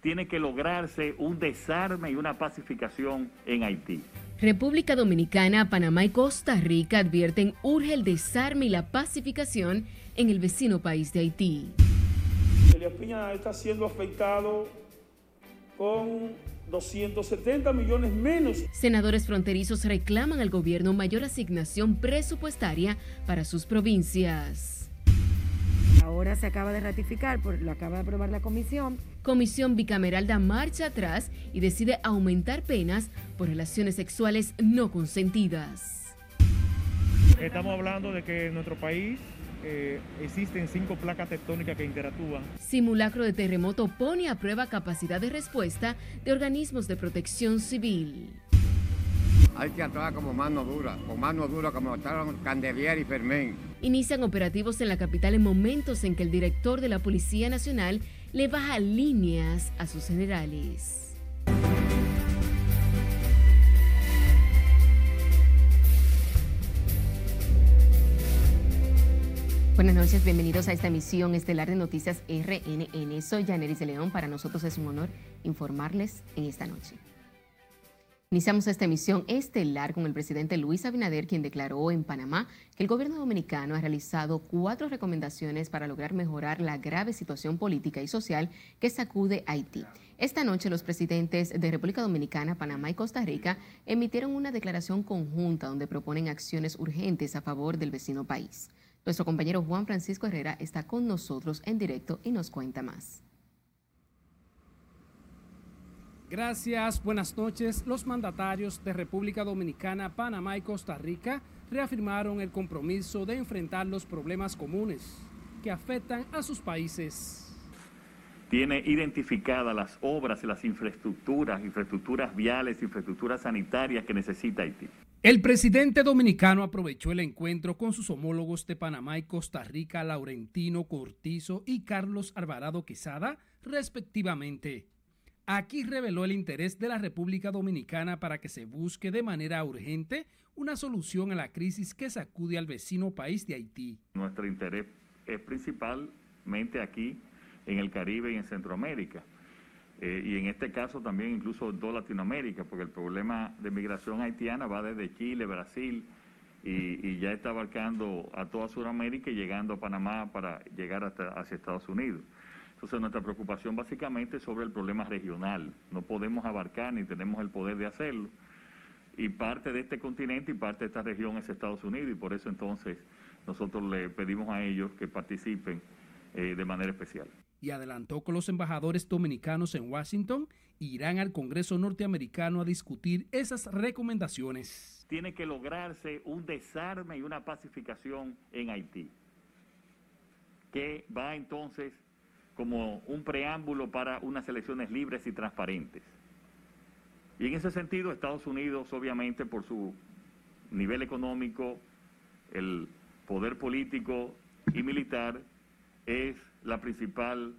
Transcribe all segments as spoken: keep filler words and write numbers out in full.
tiene que lograrse un desarme y una pacificación en Haití. República Dominicana, Panamá y Costa Rica advierten urge el desarme y la pacificación en el vecino país de Haití. Elías Piña está siendo afectado con doscientos setenta millones menos. Senadores fronterizos reclaman al gobierno mayor asignación presupuestaria para sus provincias. Ahora se acaba de ratificar, por, lo acaba de aprobar la comisión. Comisión bicameral da marcha atrás y decide aumentar penas por relaciones sexuales no consentidas. Estamos hablando de que en nuestro país eh, existen cinco placas tectónicas que interactúan. Simulacro de terremoto pone a prueba capacidad de respuesta de organismos de protección civil. Hay que actuar como mano dura, con mano dura como estaban Candelier y Fermín. Inician operativos en la capital en momentos en que el director de la Policía Nacional le baja líneas a sus generales. Buenas noches, bienvenidos a esta emisión estelar de Noticias R N N. Soy Yaneris de León, para nosotros es un honor informarles en esta noche. Iniciamos esta emisión estelar con el presidente Luis Abinader, quien declaró en Panamá que el gobierno dominicano ha realizado cuatro recomendaciones para lograr mejorar la grave situación política y social que sacude Haití. Esta noche los presidentes de República Dominicana, Panamá y Costa Rica emitieron una declaración conjunta donde proponen acciones urgentes a favor del vecino país. Nuestro compañero Juan Francisco Herrera está con nosotros en directo y nos cuenta más. Gracias, buenas noches. Los mandatarios de República Dominicana, Panamá y Costa Rica reafirmaron el compromiso de enfrentar los problemas comunes que afectan a sus países. Tiene identificadas las obras y las infraestructuras, infraestructuras viales, infraestructuras sanitarias que necesita Haití. El presidente dominicano aprovechó el encuentro con sus homólogos de Panamá y Costa Rica, Laurentino Cortizo y Carlos Alvarado Quesada, respectivamente. Aquí reveló el interés de la República Dominicana para que se busque de manera urgente una solución a la crisis que sacude al vecino país de Haití. Nuestro interés es principalmente aquí en el Caribe y en Centroamérica. Eh, y en este caso también incluso toda Latinoamérica, porque el problema de migración haitiana va desde Chile, Brasil, y, y ya está abarcando a toda Sudamérica y llegando a Panamá para llegar hasta hacia Estados Unidos. Entonces nuestra preocupación básicamente es sobre el problema regional. No podemos abarcar ni tenemos el poder de hacerlo. Y parte de este continente y parte de esta región es Estados Unidos, y por eso entonces nosotros le pedimos a ellos que participen eh, de manera especial. Y adelantó que los embajadores dominicanos en Washington irán al Congreso norteamericano a discutir esas recomendaciones. Tiene que lograrse un desarme y una pacificación en Haití, que va entonces como un preámbulo para unas elecciones libres y transparentes. Y en ese sentido, Estados Unidos, obviamente, por su nivel económico, el poder político y militar, es la principal,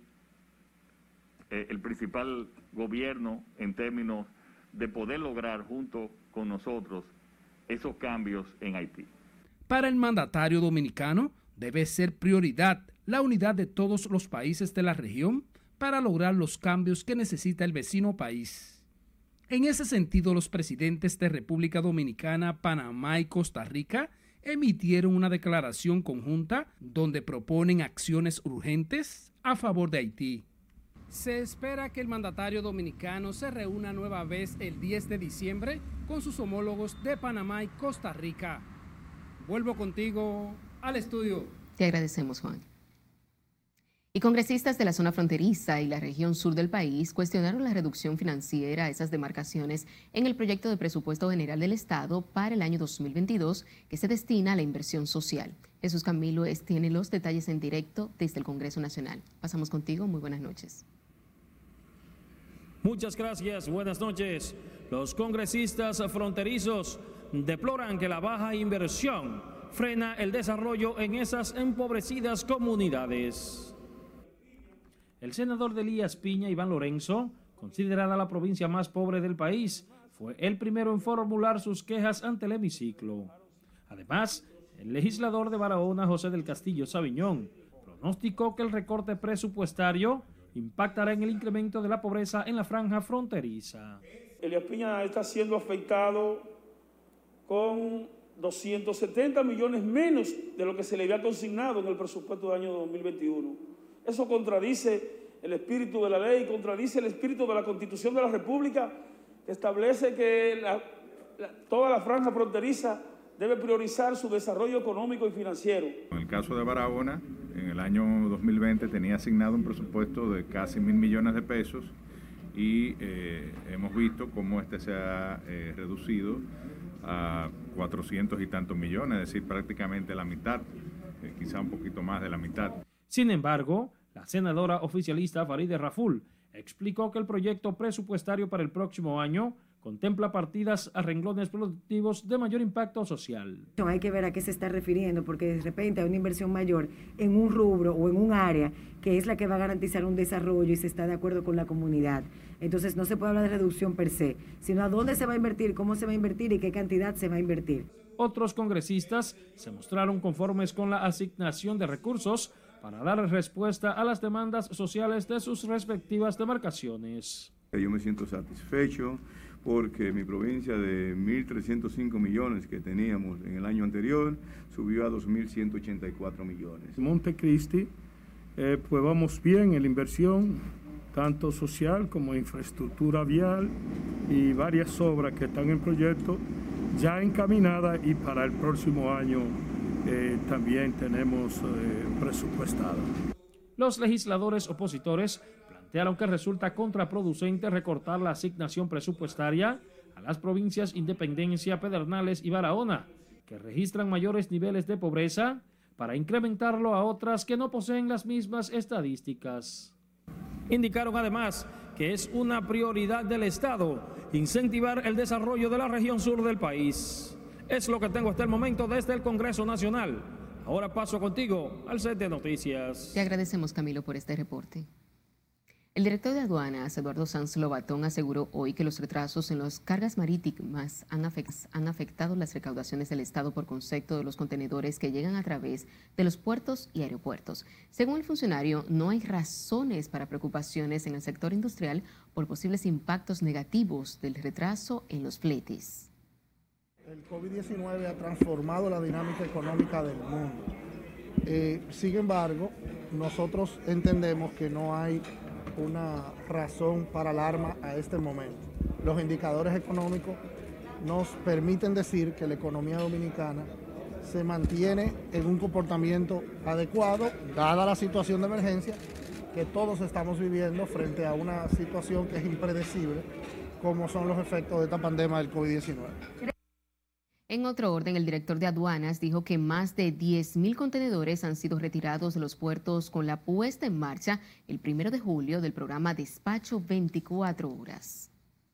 eh, el principal gobierno en términos de poder lograr junto con nosotros esos cambios en Haití. Para el mandatario dominicano, debe ser prioridad la unidad de todos los países de la región para lograr los cambios que necesita el vecino país. En ese sentido, los presidentes de República Dominicana, Panamá y Costa Rica emitieron una declaración conjunta donde proponen acciones urgentes a favor de Haití. Se espera que el mandatario dominicano se reúna nueva vez el diez de diciembre con sus homólogos de Panamá y Costa Rica. Vuelvo contigo al estudio. Te agradecemos, Juan. Y congresistas de la zona fronteriza y la región sur del país cuestionaron la reducción financiera a esas demarcaciones en el proyecto de presupuesto general del Estado para el año dos mil veintidós que se destina a la inversión social. Jesús Camilo tiene los detalles en directo desde el Congreso Nacional. Pasamos contigo, muy buenas noches. Muchas gracias, buenas noches. Los congresistas fronterizos deploran que la baja inversión frena el desarrollo en esas empobrecidas comunidades. El senador de Elías Piña, Iván Lorenzo, considerada la provincia más pobre del país, fue el primero en formular sus quejas ante el hemiciclo. Además, el legislador de Barahona, José del Castillo Sabiñón, pronosticó que el recorte presupuestario impactará en el incremento de la pobreza en la franja fronteriza. Elías Piña está siendo afectado con doscientos setenta millones menos de lo que se le había consignado en el presupuesto del año dos mil veintiuno. Eso contradice el espíritu de la ley, contradice el espíritu de la Constitución de la República, que establece que la, la, toda la franja fronteriza debe priorizar su desarrollo económico y financiero. En el caso de Barahona, en el año dos mil veinte tenía asignado un presupuesto de casi mil millones de pesos y eh, hemos visto cómo este se ha eh, reducido a cuatrocientos y tantos millones, es decir, prácticamente la mitad, eh, quizá un poquito más de la mitad. Sin embargo, la senadora oficialista Farideh Raful explicó que el proyecto presupuestario para el próximo año contempla partidas a renglones productivos de mayor impacto social. Hay que ver a qué se está refiriendo, porque de repente hay una inversión mayor en un rubro o en un área que es la que va a garantizar un desarrollo y se está de acuerdo con la comunidad. Entonces no se puede hablar de reducción per se, sino a dónde se va a invertir, cómo se va a invertir y qué cantidad se va a invertir. Otros congresistas se mostraron conformes con la asignación de recursos para dar respuesta a las demandas sociales de sus respectivas demarcaciones. Yo me siento satisfecho porque mi provincia de mil trescientos cinco millones que teníamos en el año anterior subió a dos mil ciento ochenta y cuatro millones. Montecristi, eh, pues vamos bien en la inversión, tanto social como infraestructura vial y varias obras que están en proyecto ya encaminadas y para el próximo año eh, también tenemos eh, presupuestada. Los legisladores opositores plantearon que resulta contraproducente recortar la asignación presupuestaria a las provincias Independencia, Pedernales y Barahona, que registran mayores niveles de pobreza, para incrementarlo a otras que no poseen las mismas estadísticas. Indicaron además que es una prioridad del Estado incentivar el desarrollo de la región sur del país. Es lo que tengo hasta el momento desde el Congreso Nacional. Ahora paso contigo al set de noticias. Te agradecemos, Camilo, por este reporte. El director de aduanas, Eduardo Sanz Lobatón, aseguró hoy que los retrasos en las cargas marítimas han afectado las recaudaciones del Estado por concepto de los contenedores que llegan a través de los puertos y aeropuertos. Según el funcionario, no hay razones para preocupaciones en el sector industrial por posibles impactos negativos del retraso en los fletes. El COVID diecinueve ha transformado la dinámica económica del mundo. Eh, sin embargo, nosotros entendemos que no hay una razón para alarma a este momento. Los indicadores económicos nos permiten decir que la economía dominicana se mantiene en un comportamiento adecuado, dada la situación de emergencia que todos estamos viviendo frente a una situación que es impredecible, como son los efectos de esta pandemia del COVID diecinueve. En otro orden, el director de aduanas dijo que más de diez mil contenedores han sido retirados de los puertos con la puesta en marcha el primero de julio del programa Despacho veinticuatro horas.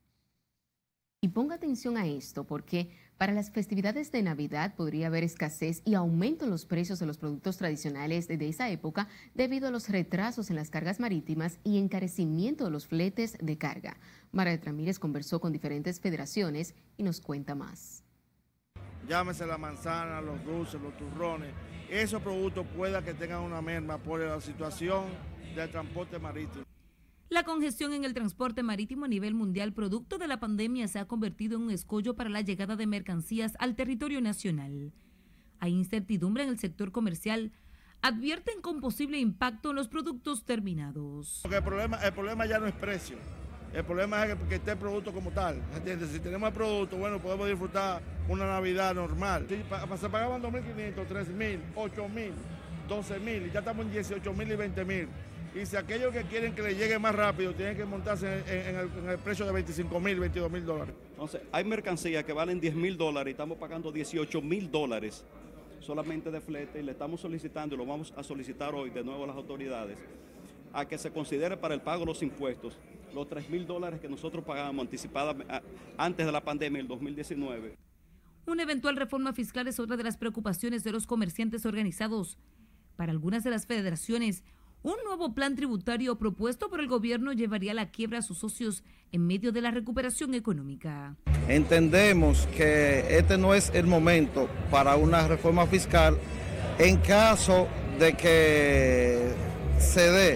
Y ponga atención a esto, porque para las festividades de Navidad podría haber escasez y aumento en los precios de los productos tradicionales de esa época debido a los retrasos en las cargas marítimas y encarecimiento de los fletes de carga. Margaret Ramírez conversó con diferentes federaciones y nos cuenta más. Llámese la manzana, los dulces, los turrones, esos productos pueda que tengan una merma por la situación del transporte marítimo. La congestión en el transporte marítimo a nivel mundial producto de la pandemia se ha convertido en un escollo para la llegada de mercancías al territorio nacional. Hay incertidumbre en el sector comercial. Advierten con posible impacto en los productos terminados. Porque el problema, el problema ya no es precio. El problema es que, que esté el producto como tal, ¿entiendes? Si tenemos el producto, bueno, podemos disfrutar una Navidad normal. Si se pagaban dos mil quinientos, tres mil, ocho mil, doce mil, y ya estamos en dieciocho mil y veinte mil. Y si aquellos que quieren que le llegue más rápido, tienen que montarse en, en, el, en el precio de veinticinco mil, veintidós mil dólares. Entonces, hay mercancías que valen diez mil dólares y estamos pagando dieciocho mil dólares solamente de flete, y le estamos solicitando, y lo vamos a solicitar hoy de nuevo a las autoridades, a que se considere para el pago de los impuestos los tres mil dólares que nosotros pagábamos anticipadamente antes de la pandemia, el dos mil diecinueve. Una eventual reforma fiscal es otra de las preocupaciones de los comerciantes organizados. Para algunas de las federaciones, un nuevo plan tributario propuesto por el gobierno llevaría a la quiebra a sus socios en medio de la recuperación económica. Entendemos que este no es el momento para una reforma fiscal en caso de que se dé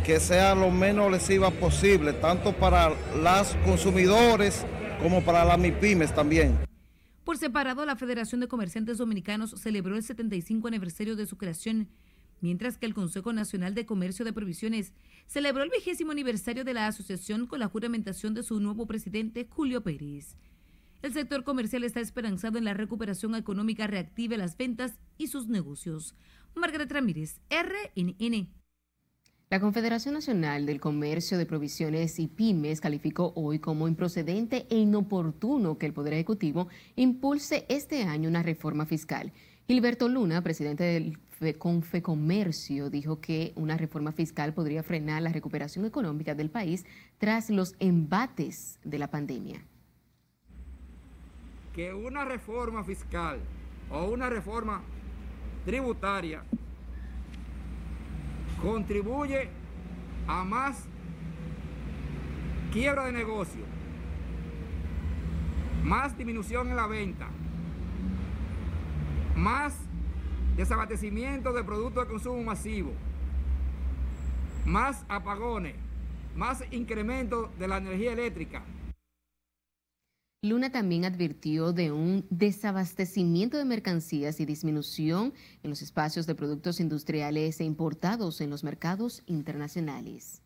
que sea lo menos lesiva posible, tanto para los consumidores como para las MIPYMES también. Por separado, la Federación de Comerciantes Dominicanos celebró el setenta y cinco aniversario de su creación, mientras que el Consejo Nacional de Comercio de Provisiones celebró el vigésimo aniversario de la asociación con la juramentación de su nuevo presidente, Julio Pérez. El sector comercial está esperanzado en la recuperación económica reactive las ventas y sus negocios. Margaret Ramírez, R N N. La Confederación Nacional del Comercio de Provisiones y Pymes calificó hoy como improcedente e inoportuno que el Poder Ejecutivo impulse este año una reforma fiscal. Gilberto Luna, presidente del Confecomercio, dijo que una reforma fiscal podría frenar la recuperación económica del país tras los embates de la pandemia. Que una reforma fiscal o una reforma tributaria contribuye a más quiebra de negocio, más disminución en la venta, más desabastecimiento de productos de consumo masivo, más apagones, más incremento de la energía eléctrica. Luna también advirtió de un desabastecimiento de mercancías y disminución en los espacios de productos industriales e importados en los mercados internacionales.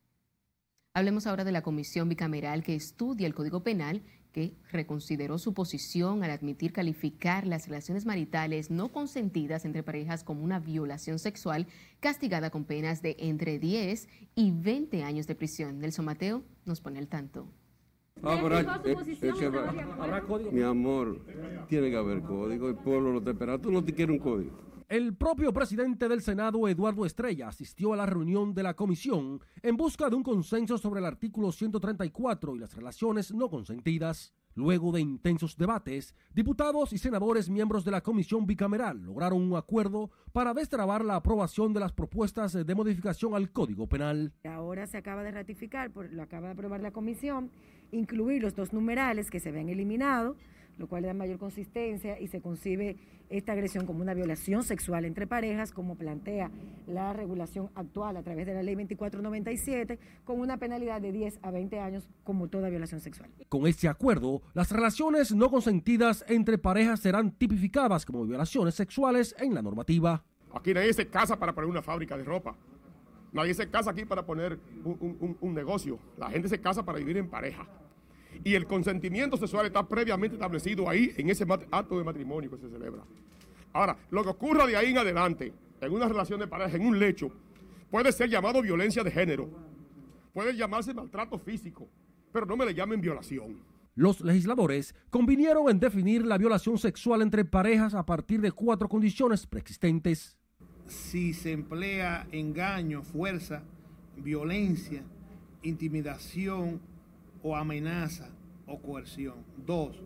Hablemos ahora de la comisión bicameral que estudia el Código Penal, que reconsideró su posición al admitir calificar las relaciones maritales no consentidas entre parejas como una violación sexual castigada con penas de entre diez y veinte años de prisión. Nelson Mateo nos pone al tanto. Ah, pero, eh, eh, que va, ¿habrá código? Mi amor, tiene que haber código, el pueblo lo está esperando, tú no te quieres un código. El propio presidente del Senado, Eduardo Estrella, asistió a la reunión de la comisión en busca de un consenso sobre el artículo ciento treinta y cuatro y las relaciones no consentidas. Luego de intensos debates, diputados y senadores miembros de la comisión bicameral lograron un acuerdo para destrabar la aprobación de las propuestas de modificación al Código Penal. Ahora se acaba de ratificar, por, lo acaba de aprobar la comisión, incluir los dos numerales que se habían eliminado, lo cual le da mayor consistencia y se concibe esta agresión como una violación sexual entre parejas, como plantea la regulación actual a través de la ley veinticuatro noventa y siete, con una penalidad de diez a veinte años como toda violación sexual. Con este acuerdo, las relaciones no consentidas entre parejas serán tipificadas como violaciones sexuales en la normativa. Aquí nadie se casa para poner una fábrica de ropa. Nadie se casa aquí para poner un, un, un negocio. La gente se casa para vivir en pareja. Y el consentimiento sexual está previamente establecido ahí en ese acto de matrimonio que se celebra. Ahora, lo que ocurra de ahí en adelante, en una relación de pareja, en un lecho, puede ser llamado violencia de género, puede llamarse maltrato físico, pero no me le llamen violación. Los legisladores convinieron en definir la violación sexual entre parejas a partir de cuatro condiciones preexistentes. Si se emplea engaño, fuerza, violencia, intimidación o amenaza o coerción. Dos,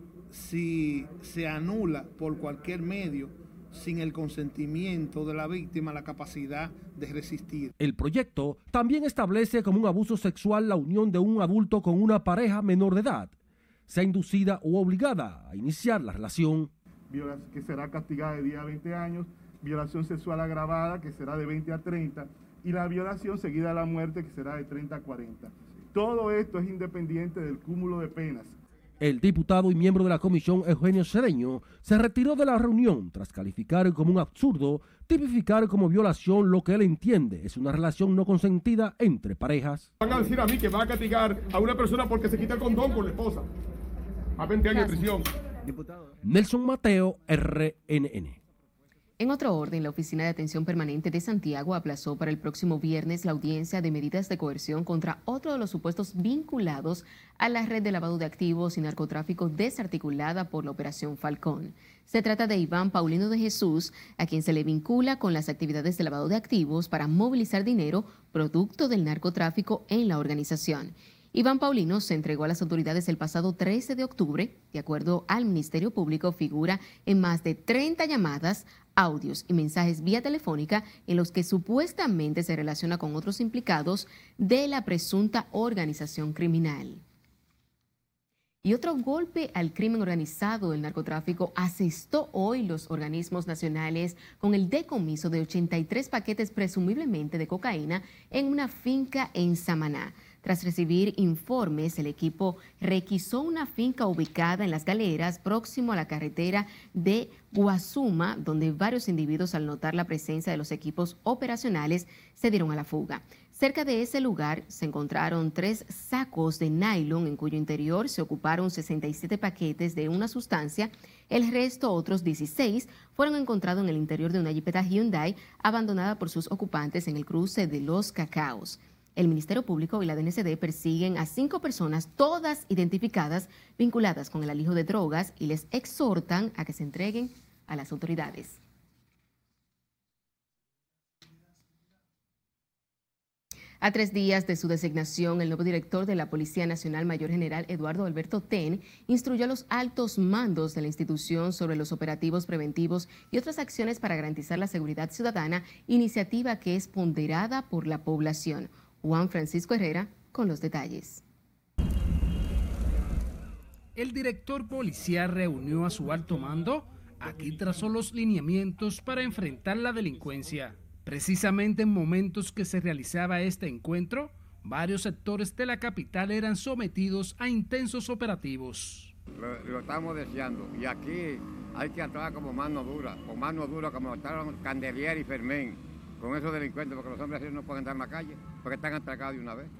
si se anula por cualquier medio sin el consentimiento de la víctima la capacidad de resistir. El proyecto también establece como un abuso sexual la unión de un adulto con una pareja menor de edad, sea inducida o obligada a iniciar la relación. Que será castigada de diez a veinte años, violación sexual agravada que será de veinte a treinta y la violación seguida de la muerte que será de treinta a cuarenta. Todo esto es independiente del cúmulo de penas. El diputado y miembro de la comisión, Eugenio Cedeño, se retiró de la reunión tras calificar como un absurdo tipificar como violación lo que él entiende es una relación no consentida entre parejas. Van a decir a mí que van a castigar a una persona porque se quita el condón con la esposa a veinte años de prisión. Diputado. Nelson Mateo, R N N. En otro orden, la Oficina de Atención Permanente de Santiago aplazó para el próximo viernes la audiencia de medidas de coerción contra otro de los supuestos vinculados a la red de lavado de activos y narcotráfico desarticulada por la Operación Falcón. Se trata de Iván Paulino de Jesús, a quien se le vincula con las actividades de lavado de activos para movilizar dinero producto del narcotráfico en la organización. Iván Paulino se entregó a las autoridades el pasado trece de octubre. De acuerdo al Ministerio Público, figura en más de treinta llamadas, audios y mensajes vía telefónica en los que supuestamente se relaciona con otros implicados de la presunta organización criminal. Y otro golpe al crimen organizado, el narcotráfico, asestó hoy los organismos nacionales con el decomiso de ochenta y tres paquetes presumiblemente de cocaína en una finca en Samaná. Tras recibir informes, el equipo requisó una finca ubicada en Las Galeras, próximo a la carretera de Guazuma, donde varios individuos, al notar la presencia de los equipos operacionales, se dieron a la fuga. Cerca de ese lugar se encontraron tres sacos de nylon en cuyo interior se ocuparon sesenta y siete paquetes de una sustancia. El resto, otros dieciséis, fueron encontrados en el interior de una jipeta Hyundai abandonada por sus ocupantes en el cruce de Los Cacaos. El Ministerio Público y la D N C D persiguen a cinco personas, todas identificadas, vinculadas con el alijo de drogas, y les exhortan a que se entreguen a las autoridades. A tres días de su designación, el nuevo director de la Policía Nacional, Mayor General Eduardo Alberto Ten, instruyó a los altos mandos de la institución sobre los operativos preventivos y otras acciones para garantizar la seguridad ciudadana, iniciativa que es ponderada por la población. Juan Francisco Herrera con los detalles. El director policial reunió a su alto mando. Aquí trazó los lineamientos para enfrentar la delincuencia. Precisamente en momentos que se realizaba este encuentro, varios sectores de la capital eran sometidos a intensos operativos. Lo, lo estamos deseando y aquí hay que actuar como mano dura, o mano dura como estaban Candelier y Fermín, con esos delincuentes, porque los hombres así no pueden estar en la calle, porque están atracados de una vez.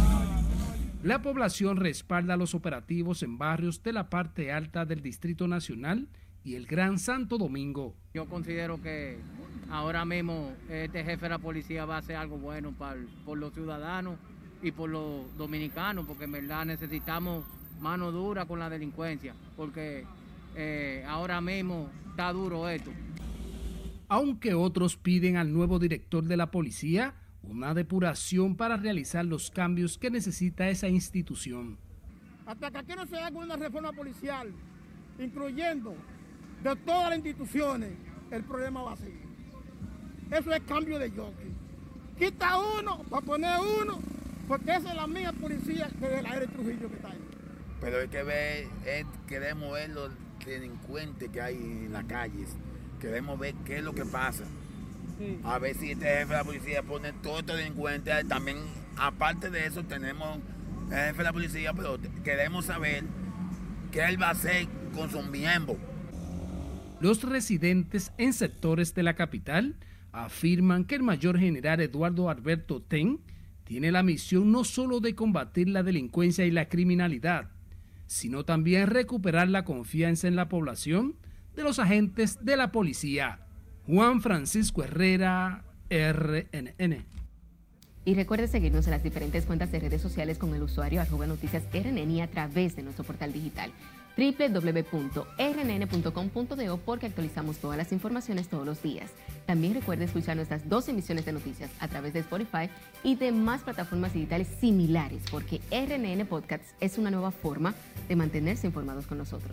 La población respalda los operativos en barrios de la parte alta del Distrito Nacional y el Gran Santo Domingo. Yo considero que ahora mismo este jefe de la policía va a hacer algo bueno para, por los ciudadanos y por los dominicanos, porque en verdad necesitamos mano dura con la delincuencia, porque eh, ahora mismo está duro esto. Aunque otros piden al nuevo director de la policía una depuración para realizar los cambios que necesita esa institución. Hasta que aquí no se haga una reforma policial, incluyendo de todas las instituciones, el problema va a seguir. Eso es cambio de jockey. Quita uno para poner uno, porque esa es la mía policía que de la era Trujillo que está ahí. Pero hay que ver, es, queremos ver los delincuentes que hay en las calles, queremos ver qué es lo que pasa. Sí. A ver si este jefe de la policía pone todos estos delincuentes. También, aparte de eso, tenemos el jefe de la policía, pero queremos saber qué él va a hacer con sus miembros. Los residentes en sectores de la capital afirman que el mayor general Eduardo Alberto Ten tiene la misión no solo de combatir la delincuencia y la criminalidad, sino también recuperar la confianza en la población de los agentes de la policía. Juan Francisco Herrera, R N N. Y recuerde seguirnos en las diferentes cuentas de redes sociales con el usuario arroba noticias R N N y a través de nuestro portal digital doble u doble u doble u punto r n n punto com punto d o, porque actualizamos todas las informaciones todos los días. También recuerde escuchar nuestras dos emisiones de noticias a través de Spotify y demás plataformas digitales similares, porque R N N Podcasts es una nueva forma de mantenerse informados con nosotros.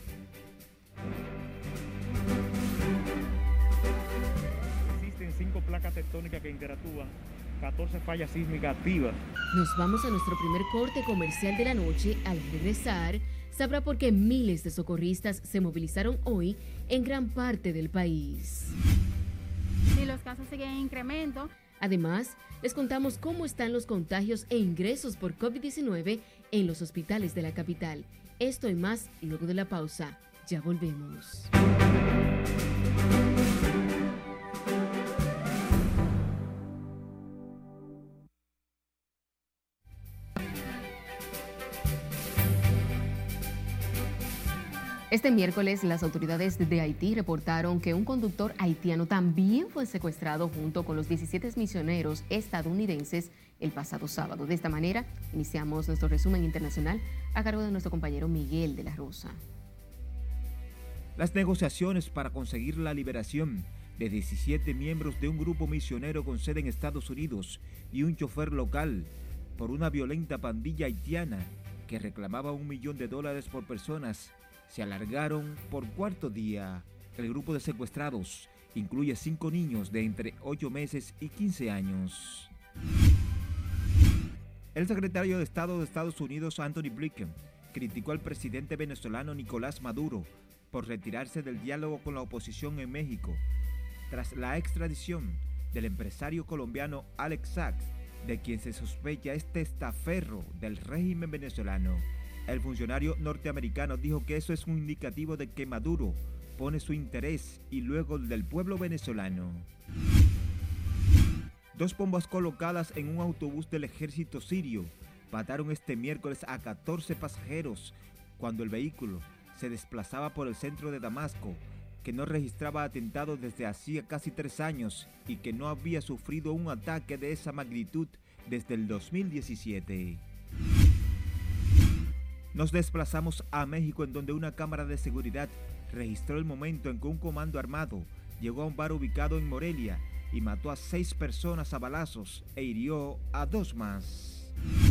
Existen cinco placas tectónicas que interactúan, catorce fallas sísmicas activas. Nos vamos a nuestro primer corte comercial de la noche. Al regresar, sabrá por qué miles de socorristas se movilizaron hoy en gran parte del país. Si los casos siguen en incremento. Además, les contamos cómo están los contagios e ingresos por COVID diecinueve en los hospitales de la capital. Esto y más luego de la pausa. Ya volvemos. Este miércoles, las autoridades de Haití reportaron que un conductor haitiano también fue secuestrado junto con los diecisiete misioneros estadounidenses el pasado sábado. De esta manera, iniciamos nuestro resumen internacional a cargo de nuestro compañero Miguel de la Rosa. Las negociaciones para conseguir la liberación de diecisiete miembros de un grupo misionero con sede en Estados Unidos y un chofer local por una violenta pandilla haitiana que reclamaba un millón de dólares por personas se alargaron por cuarto día. El grupo de secuestrados incluye cinco niños de entre ocho meses y quince años. El secretario de Estado de Estados Unidos, Anthony Blinken, criticó al presidente venezolano Nicolás Maduro por retirarse del diálogo con la oposición en México, tras la extradición del empresario colombiano Alex Sachs, de quien se sospecha es testaferro del régimen venezolano. El funcionario norteamericano dijo que eso es un indicativo de que Maduro pone su interés y luego el del pueblo venezolano. Dos bombas colocadas en un autobús del ejército sirio mataron este miércoles a catorce pasajeros cuando el vehículo se desplazaba por el centro de Damasco, que no registraba atentados desde hacía casi tres años y que no había sufrido un ataque de esa magnitud desde el dos mil diecisiete. Nos desplazamos a México, en donde una cámara de seguridad registró el momento en que un comando armado llegó a un bar ubicado en Morelia y mató a seis personas a balazos e hirió a dos más.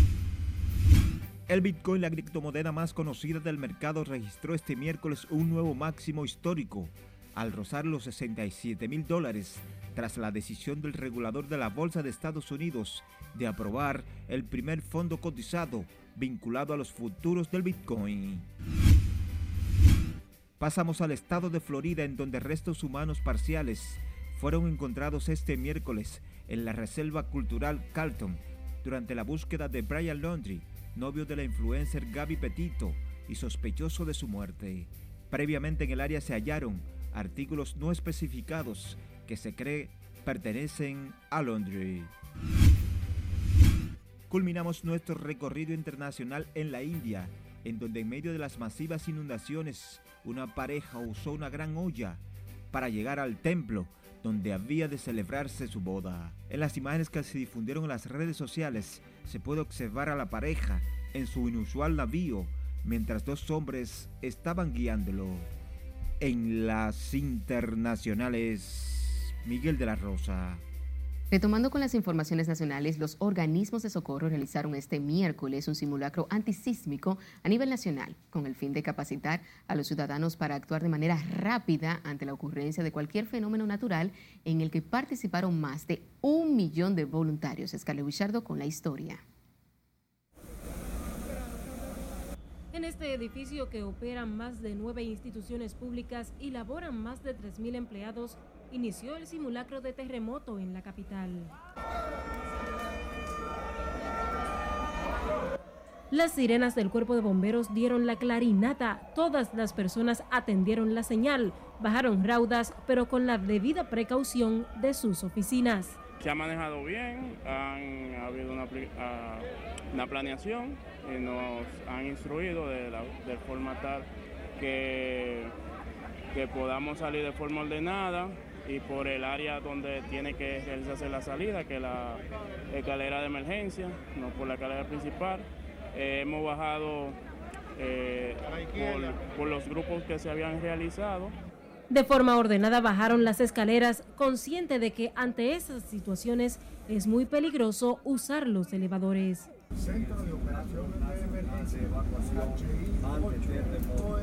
El Bitcoin, la criptomoneda más conocida del mercado, registró este miércoles un nuevo máximo histórico al rozar los sesenta y siete mil dólares tras la decisión del regulador de la Bolsa de Estados Unidos de aprobar el primer fondo cotizado vinculado a los futuros del Bitcoin. Pasamos al estado de Florida, en donde restos humanos parciales fueron encontrados este miércoles en la Reserva Cultural Carlton durante la búsqueda de Brian Laundrie, novio de la influencer Gabby Petito y sospechoso de su muerte. Previamente en el área se hallaron artículos no especificados que se cree pertenecen a Laundrie. Culminamos nuestro recorrido internacional en la India, en donde en medio de las masivas inundaciones, una pareja usó una gran olla para llegar al templo donde había de celebrarse su boda. En las imágenes que se difundieron en las redes sociales, se puede observar a la pareja en su inusual navío, mientras dos hombres estaban guiándolo. En las internacionales, Miguel de la Rosa. Retomando con las informaciones nacionales, los organismos de socorro realizaron este miércoles un simulacro antisísmico a nivel nacional con el fin de capacitar a los ciudadanos para actuar de manera rápida ante la ocurrencia de cualquier fenómeno natural, en el que participaron más de un millón de voluntarios. Scarlett Wichardo con la historia. En este edificio, que operan más de nueve instituciones públicas y laboran más de tres mil empleados, inició el simulacro de terremoto en la capital. Las sirenas del Cuerpo de Bomberos dieron la clarinata. Todas las personas atendieron la señal, bajaron raudas, pero con la debida precaución de sus oficinas. Se ha manejado bien, han habido una, una planeación y nos han instruido de, la, de forma tal que, que podamos salir de forma ordenada y por el área donde tiene que realizarse la salida, que es la escalera de emergencia, no por la escalera principal. Eh, hemos bajado eh, por, por los grupos que se habían realizado. De forma ordenada bajaron las escaleras, consciente de que ante esas situaciones es muy peligroso usar los elevadores. Centro de Operaciones de Emergencia y Evacuación antiterremoto.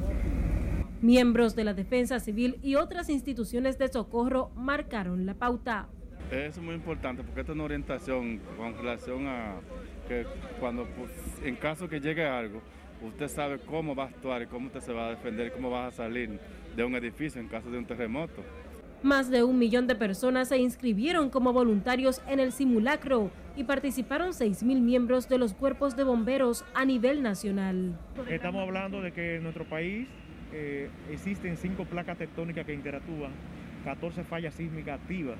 Miembros de la Defensa Civil y otras instituciones de socorro marcaron la pauta. Es muy importante porque esta es una orientación con relación a que cuando, pues, en caso que llegue algo, usted sabe cómo va a actuar y cómo usted se va a defender, cómo va a salir de un edificio en caso de un terremoto. Más de un millón de personas se inscribieron como voluntarios en el simulacro y participaron seis mil miembros de los cuerpos de bomberos a nivel nacional. Estamos hablando de que en nuestro país eh, existen cinco placas tectónicas que interactúan, catorce fallas sísmicas activas,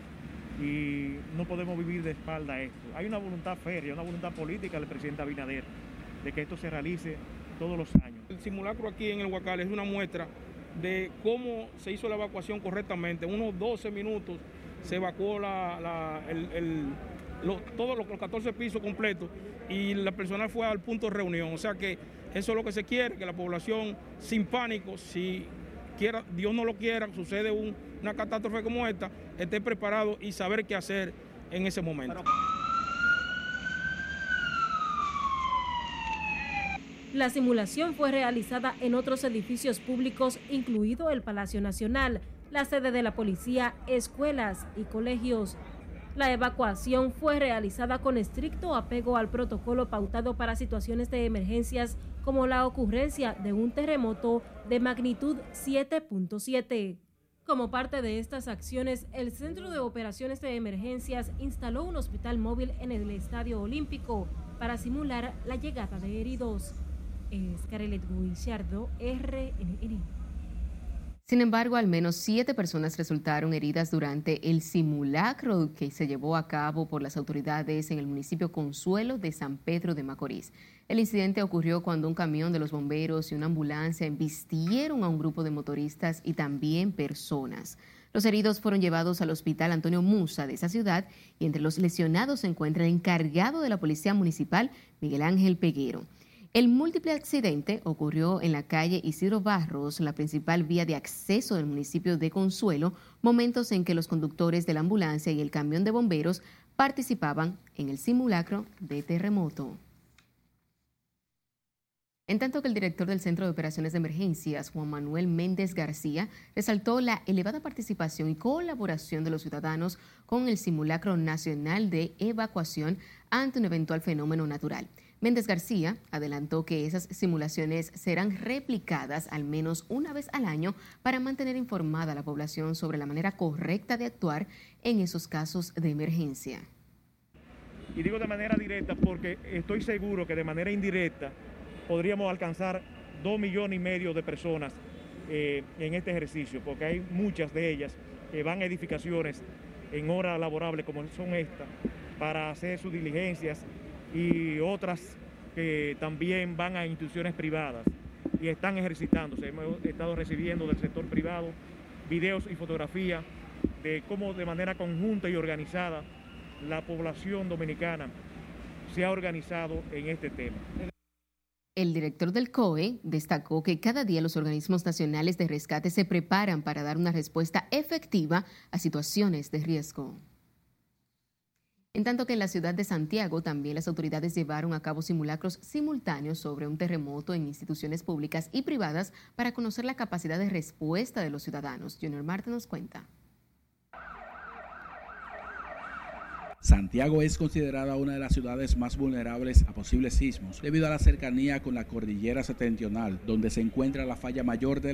y no podemos vivir de espalda a esto. Hay una voluntad férrea, una voluntad política del presidente Abinader de que esto se realice todos los años. El simulacro aquí en el Huacal es una muestra de cómo se hizo la evacuación correctamente. En unos doce minutos se evacuó la, la, el, el, lo, todos los, los catorce pisos completos y la persona fue al punto de reunión. O sea que eso es lo que se quiere, que la población sin pánico, si quiera, Dios no lo quiera, sucede un, una catástrofe como esta, esté preparado y saber qué hacer en ese momento. La simulación fue realizada en otros edificios públicos, incluido el Palacio Nacional, la sede de la policía, escuelas y colegios. La evacuación fue realizada con estricto apego al protocolo pautado para situaciones de emergencias, como la ocurrencia de un terremoto de magnitud siete punto siete. Como parte de estas acciones, el Centro de Operaciones de Emergencias instaló un hospital móvil en el Estadio Olímpico para simular la llegada de heridos. Scarlett Guillardo, R N N. Sin embargo, al menos siete personas resultaron heridas durante el simulacro que se llevó a cabo por las autoridades en el municipio Consuelo de San Pedro de Macorís. El incidente ocurrió cuando un camión de los bomberos y una ambulancia embistieron a un grupo de motoristas y también personas. Los heridos fueron llevados al hospital Antonio Musa de esa ciudad y entre los lesionados se encuentra el encargado de la Policía Municipal, Miguel Ángel Peguero. El múltiple accidente ocurrió en la calle Isidro Barros, la principal vía de acceso del municipio de Consuelo, momentos en que los conductores de la ambulancia y el camión de bomberos participaban en el simulacro de terremoto. En tanto que el director del Centro de Operaciones de Emergencias, Juan Manuel Méndez García, resaltó la elevada participación y colaboración de los ciudadanos con el simulacro nacional de evacuación ante un eventual fenómeno natural. Méndez García adelantó que esas simulaciones serán replicadas al menos una vez al año para mantener informada a la población sobre la manera correcta de actuar en esos casos de emergencia. Y digo de manera directa porque estoy seguro que de manera indirecta podríamos alcanzar dos millones y medio de personas eh, en este ejercicio, porque hay muchas de ellas que van a edificaciones en horas laborables como son estas para hacer sus diligencias y otras que también van a instituciones privadas y están ejercitándose. Hemos estado recibiendo del sector privado videos y fotografías de cómo de manera conjunta y organizada la población dominicana se ha organizado en este tema. El director del C O E destacó que cada día los organismos nacionales de rescate se preparan para dar una respuesta efectiva a situaciones de riesgo. En tanto que en la ciudad de Santiago también las autoridades llevaron a cabo simulacros simultáneos sobre un terremoto en instituciones públicas y privadas para conocer la capacidad de respuesta de los ciudadanos. Junior Marte nos cuenta. Santiago es considerada una de las ciudades más vulnerables a posibles sismos debido a la cercanía con la cordillera septentrional, donde se encuentra la falla mayor de